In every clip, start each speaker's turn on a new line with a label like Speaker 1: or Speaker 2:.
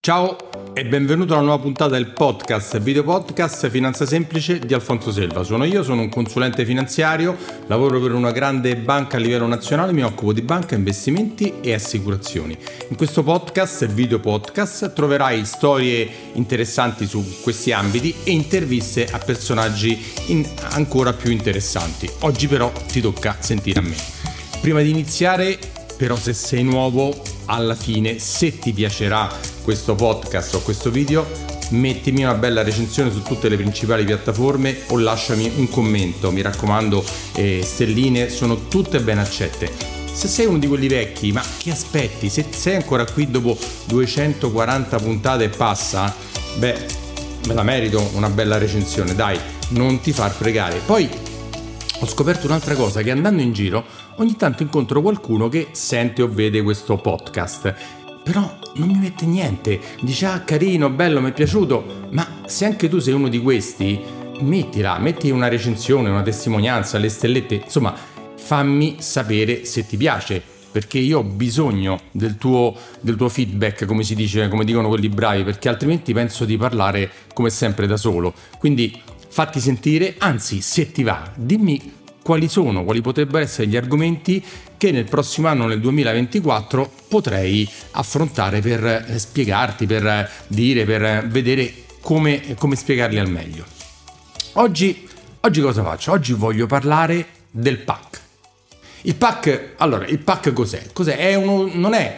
Speaker 1: Ciao e benvenuto alla nuova puntata del video podcast Finanza Semplice di Alfonso Selva. Sono un consulente finanziario, lavoro per una grande banca a livello nazionale, mi occupo di banca, investimenti e assicurazioni. In questo video podcast troverai storie interessanti su questi ambiti e interviste a personaggi ancora più interessanti. Oggi però ti tocca sentire a me. Prima di iniziare, però, se sei nuovo, alla fine, se ti piacerà questo podcast o questo video, mettimi una bella recensione su tutte le principali piattaforme o lasciami un commento. Mi raccomando, stelline sono tutte ben accette. Se sei uno di quelli vecchi, ma che aspetti? Se sei ancora qui dopo 240 puntate e passa, me la merito una bella recensione, dai, non ti far pregare. Poi ho scoperto un'altra cosa, che andando in giro ogni tanto incontro qualcuno che sente o vede questo podcast, però non mi mette niente, dice carino, bello, mi è piaciuto, ma se anche tu sei uno di questi, metti una recensione, una testimonianza, le stellette, insomma fammi sapere se ti piace, perché io ho bisogno del tuo feedback, come si dice, come dicono quelli bravi, perché altrimenti penso di parlare come sempre da solo. Quindi fatti sentire, anzi, se ti va, dimmi quali potrebbero essere gli argomenti che nel prossimo anno, nel 2024, potrei affrontare per spiegarti, per vedere come spiegarli al meglio. Oggi cosa faccio? Oggi voglio parlare del PAC. Il PAC cos'è? Non è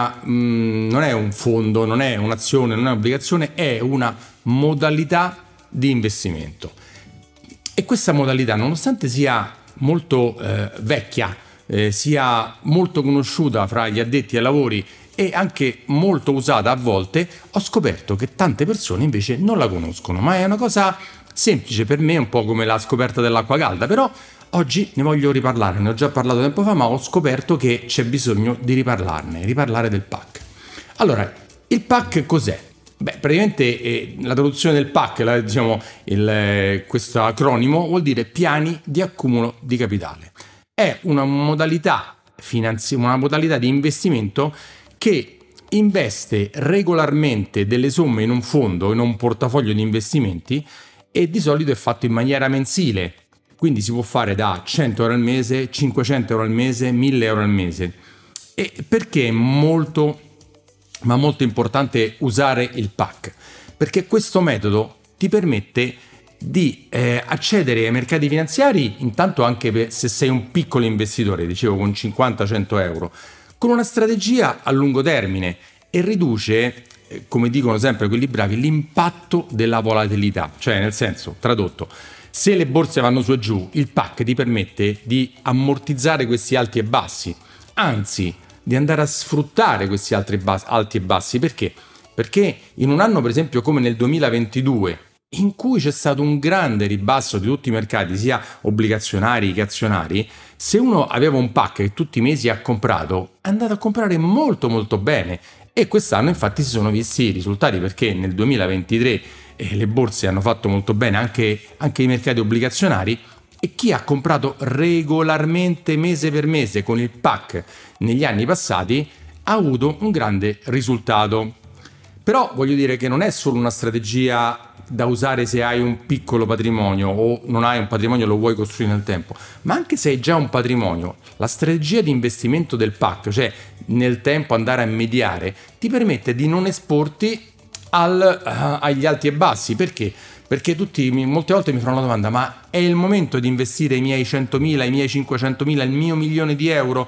Speaker 1: un fondo, non è un'azione, non è un'obbligazione, è una modalità di investimento. E questa modalità, nonostante sia molto vecchia, sia molto conosciuta fra gli addetti ai lavori e anche molto usata a volte, ho scoperto che tante persone invece non la conoscono, ma è una cosa semplice per me, un po' come la scoperta dell'acqua calda, però oggi ne voglio riparlare, ne ho già parlato tempo fa, ma ho scoperto che c'è bisogno di riparlare del PAC. Allora, il PAC cos'è? Praticamente la traduzione del PAC, questo acronimo vuol dire piani di accumulo di capitale. È una modalità di investimento che investe regolarmente delle somme in un fondo, in un portafoglio di investimenti, e di solito è fatto in maniera mensile. Quindi si può fare da 100 euro al mese, 500 euro al mese, 1000 euro al mese. E perché è molto importante usare il PAC? Perché questo metodo ti permette di accedere ai mercati finanziari, intanto anche se sei un piccolo investitore, dicevo, con 50-100 euro, con una strategia a lungo termine, e riduce, come dicono sempre quelli bravi, l'impatto della volatilità. Cioè, nel senso, tradotto, se le borse vanno su e giù, il PAC ti permette di ammortizzare questi alti e bassi, anzi di andare a sfruttare questi alti e bassi. Perché? Perché in un anno, per esempio, come nel 2022, in cui c'è stato un grande ribasso di tutti i mercati, sia obbligazionari che azionari, se uno aveva un PAC che tutti i mesi ha comprato, è andato a comprare molto molto bene, e quest'anno infatti si sono visti i risultati, perché nel 2023 le borse hanno fatto molto bene, anche i mercati obbligazionari, e chi ha comprato regolarmente mese per mese con il PAC negli anni passati ha avuto un grande risultato. Però voglio dire che non è solo una strategia da usare se hai un piccolo patrimonio o non hai un patrimonio e lo vuoi costruire nel tempo, ma anche se hai già un patrimonio, la strategia di investimento del PAC, cioè nel tempo andare a mediare, ti permette di non esporti agli alti e bassi. Perché? Perché molte volte mi fanno la domanda: ma è il momento di investire i miei 100.000, i miei 500.000, il mio 1.000.000 di euro?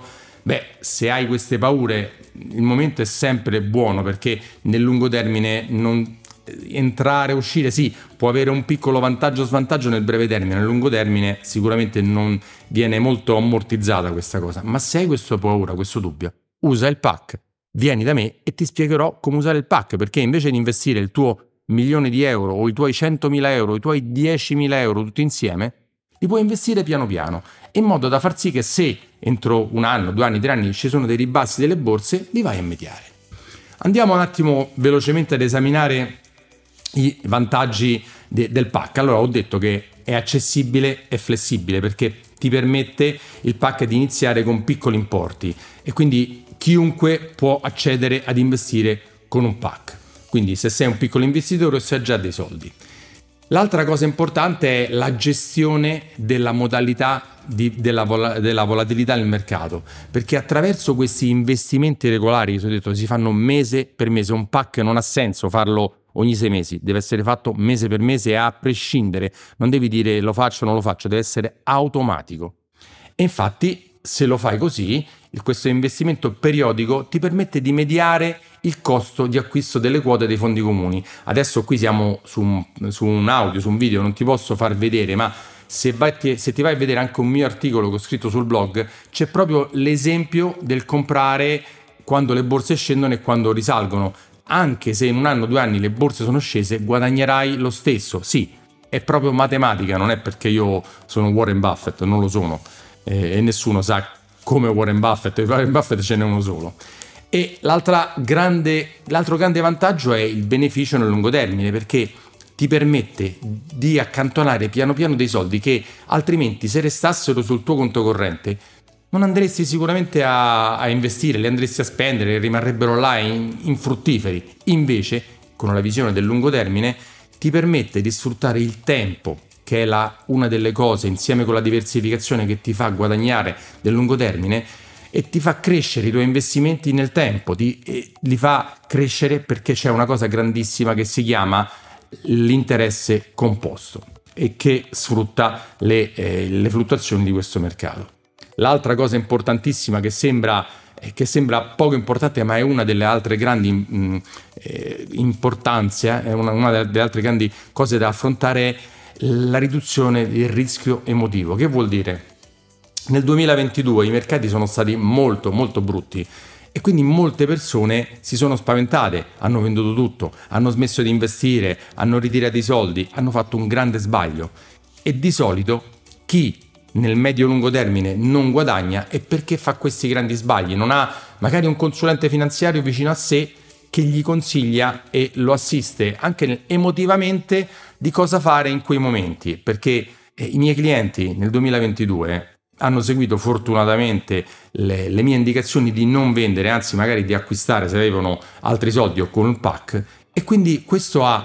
Speaker 1: Se hai queste paure, il momento è sempre buono, perché nel lungo termine entrare e uscire sì, può avere un piccolo vantaggio o svantaggio nel breve termine, nel lungo termine sicuramente non viene molto ammortizzata questa cosa. Ma se hai questa paura, questo dubbio, usa il PAC, vieni da me e ti spiegherò come usare il PAC, perché invece di investire il tuo 1.000.000 di euro o i tuoi 100.000 euro, i tuoi 10.000 euro tutti insieme, li puoi investire piano piano, in modo da far sì che se entro 1 anno, 2 anni, 3 anni ci sono dei ribassi delle borse, li vai a mediare. Andiamo un attimo velocemente ad esaminare i vantaggi del PAC. Allora, ho detto che è accessibile e flessibile, perché ti permette il PAC di iniziare con piccoli importi, e quindi chiunque può accedere ad investire con un PAC. quindi se sei un piccolo investitore o se hai già dei soldi. L'altra cosa importante è la gestione della modalità della volatilità nel mercato, perché attraverso questi investimenti regolari, che ho detto, si fanno mese per mese. Un PAC non ha senso farlo ogni 6 mesi, deve essere fatto mese per mese a prescindere, non devi dire lo faccio o non lo faccio, deve essere automatico. E infatti se lo fai così, questo investimento periodico ti permette di mediare il costo di acquisto delle quote dei fondi comuni. Adesso qui siamo su un audio, su un video, non ti posso far vedere, ma se ti vai a vedere anche un mio articolo che ho scritto sul blog, c'è proprio l'esempio del comprare quando le borse scendono e quando risalgono. Anche se in 1 anno, 2 anni le borse sono scese, guadagnerai lo stesso. Sì, è proprio matematica, non è perché io sono Warren Buffett, non lo sono, e nessuno sa come Warren Buffett ce n'è uno solo. E l'altro grande vantaggio è il beneficio nel lungo termine, perché ti permette di accantonare piano piano dei soldi che altrimenti, se restassero sul tuo conto corrente, non andresti sicuramente a investire, li andresti a spendere, rimarrebbero là infruttiferi. Invece, con la visione del lungo termine, ti permette di sfruttare il tempo, che è una delle cose, insieme con la diversificazione, che ti fa guadagnare del lungo termine, e ti fa crescere i tuoi investimenti nel tempo, li fa crescere perché c'è una cosa grandissima che si chiama l'interesse composto e che sfrutta le fluttuazioni di questo mercato. L'altra cosa importantissima che sembra poco importante, ma è una delle altre grandi importanze, è una delle altre grandi cose da affrontare, è la riduzione del rischio emotivo. Che vuol dire? Nel 2022 i mercati sono stati molto molto brutti e quindi molte persone si sono spaventate, hanno venduto tutto, hanno smesso di investire, hanno ritirato i soldi, hanno fatto un grande sbaglio. E di solito chi nel medio-lungo termine non guadagna è perché fa questi grandi sbagli, non ha magari un consulente finanziario vicino a sé che gli consiglia e lo assiste anche emotivamente di cosa fare in quei momenti, perché i miei clienti nel 2022 hanno seguito fortunatamente le mie indicazioni di non vendere, anzi magari di acquistare se avevano altri soldi o con un PAC, e quindi questo ha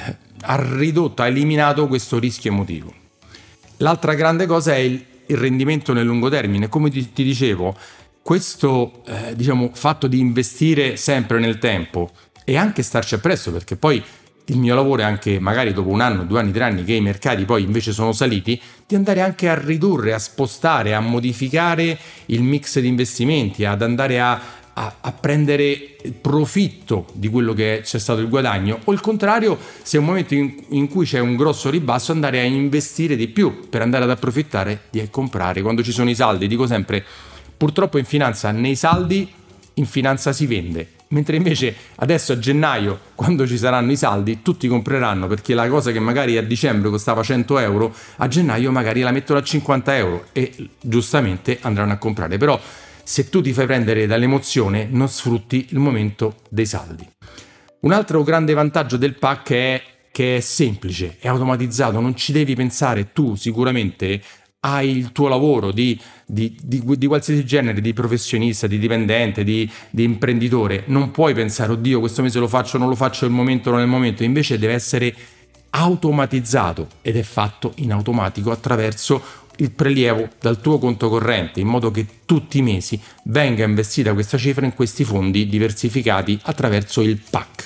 Speaker 1: eliminato questo rischio emotivo. L'altra grande cosa è il rendimento nel lungo termine. Come ti dicevo, questo fatto di investire sempre nel tempo e anche starci appresso, perché poi il mio lavoro è anche, magari dopo 1 anno, 2 anni, 3 anni che i mercati poi invece sono saliti, di andare anche a ridurre, a spostare, a modificare il mix di investimenti, ad andare a prendere profitto di quello che c'è stato il guadagno, o il contrario, se è un momento in cui c'è un grosso ribasso, andare a investire di più per andare ad approfittare di comprare quando ci sono i saldi. Dico sempre, purtroppo in finanza, nei saldi in finanza si vende, mentre invece adesso a gennaio, quando ci saranno i saldi, tutti compreranno, perché la cosa che magari a dicembre costava 100 euro, a gennaio magari la mettono a 50 euro e giustamente andranno a comprare. Però se tu ti fai prendere dall'emozione, non sfrutti il momento dei saldi. Un altro grande vantaggio del PAC è che è semplice, è automatizzato, non ci devi pensare. Tu sicuramente hai il tuo lavoro di qualsiasi genere, di professionista, di dipendente, di imprenditore. Non puoi pensare, oddio, questo mese lo faccio, non lo faccio, il momento non è il momento. Invece deve essere automatizzato ed è fatto in automatico attraverso il prelievo dal tuo conto corrente, in modo che tutti i mesi venga investita questa cifra in questi fondi diversificati attraverso il PAC.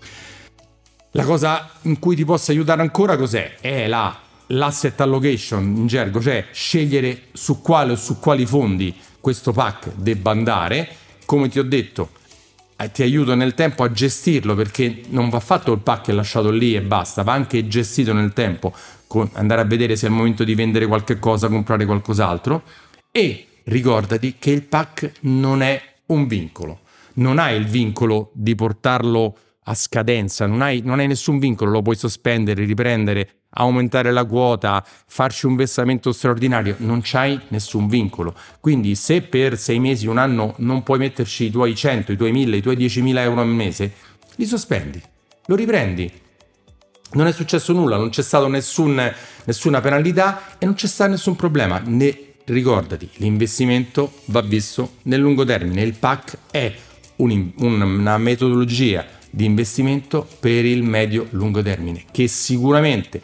Speaker 1: La cosa in cui ti posso aiutare ancora cos'è? È l'asset allocation in gergo, cioè scegliere su quale o su quali fondi questo PAC debba andare. Come ti ho detto, ti aiuto nel tempo a gestirlo, perché non va fatto il PAC e lasciato lì e basta, va anche gestito nel tempo, andare a vedere se è il momento di vendere qualche cosa, comprare qualcos'altro. E ricordati che il PAC non è un vincolo, non hai il vincolo di portarlo a scadenza, non hai nessun vincolo, lo puoi sospendere, riprendere, aumentare la quota, farci un versamento straordinario, non c'hai nessun vincolo. Quindi se per 6 mesi, 1 anno non puoi metterci i tuoi 100, i tuoi 1000, i tuoi 10.000 euro al mese, li sospendi, lo riprendi. Non è successo nulla, non c'è stata nessuna penalità e non c'è stato nessun problema. Ricordati, l'investimento va visto nel lungo termine. Il PAC è una metodologia di investimento per il medio-lungo termine, che sicuramente,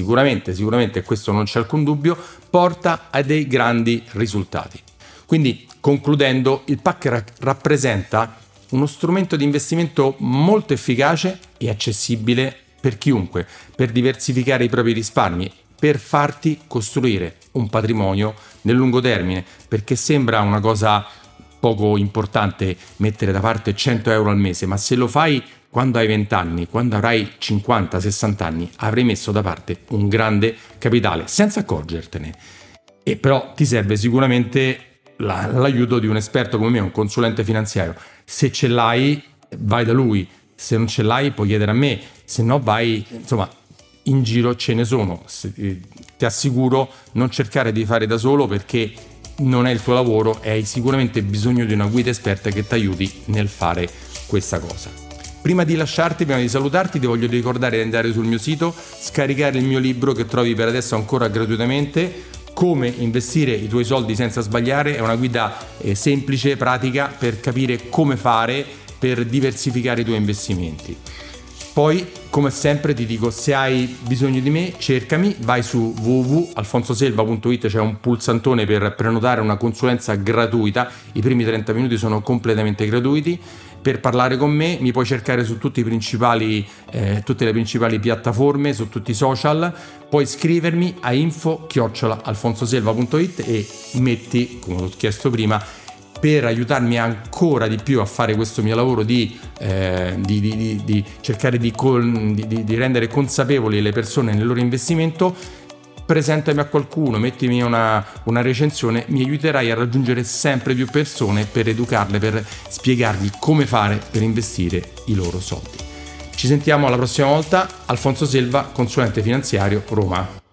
Speaker 1: e questo non c'è alcun dubbio, porta a dei grandi risultati. Quindi, concludendo, il PAC rappresenta uno strumento di investimento molto efficace e accessibile per chiunque, per diversificare i propri risparmi, per farti costruire un patrimonio nel lungo termine, perché sembra una cosa poco importante mettere da parte 100 euro al mese, ma se lo fai quando hai 20 anni, quando avrai 50-60 anni, avrai messo da parte un grande capitale senza accorgertene. E però ti serve sicuramente l'aiuto di un esperto come me, un consulente finanziario. Se ce l'hai, vai da lui, se non ce l'hai puoi chiedere a me, se no vai, insomma, in giro ce ne sono. Ti assicuro, non cercare di fare da solo, perché non è il tuo lavoro e hai sicuramente bisogno di una guida esperta che ti aiuti nel fare questa cosa. Prima di salutarti, ti voglio ricordare di andare sul mio sito, scaricare il mio libro che trovi per adesso ancora gratuitamente, Come investire i tuoi soldi senza sbagliare. È una guida semplice, pratica, per capire come fare per diversificare i tuoi investimenti. Poi, come sempre, ti dico, se hai bisogno di me, cercami, vai su www.alfonsoselva.it, c'è un pulsantone per prenotare una consulenza gratuita, i primi 30 minuti sono completamente gratuiti. Per parlare con me mi puoi cercare su tutte le principali piattaforme, su tutti i social, puoi scrivermi a info@alfonsoselva.it e metti, come ho chiesto prima, per aiutarmi ancora di più a fare questo mio lavoro di cercare di rendere consapevoli le persone nel loro investimento, presentami a qualcuno, mettimi una recensione, mi aiuterai a raggiungere sempre più persone per educarle, per spiegargli come fare per investire i loro soldi. Ci sentiamo alla prossima volta. Alfonso Selva, consulente finanziario, Roma.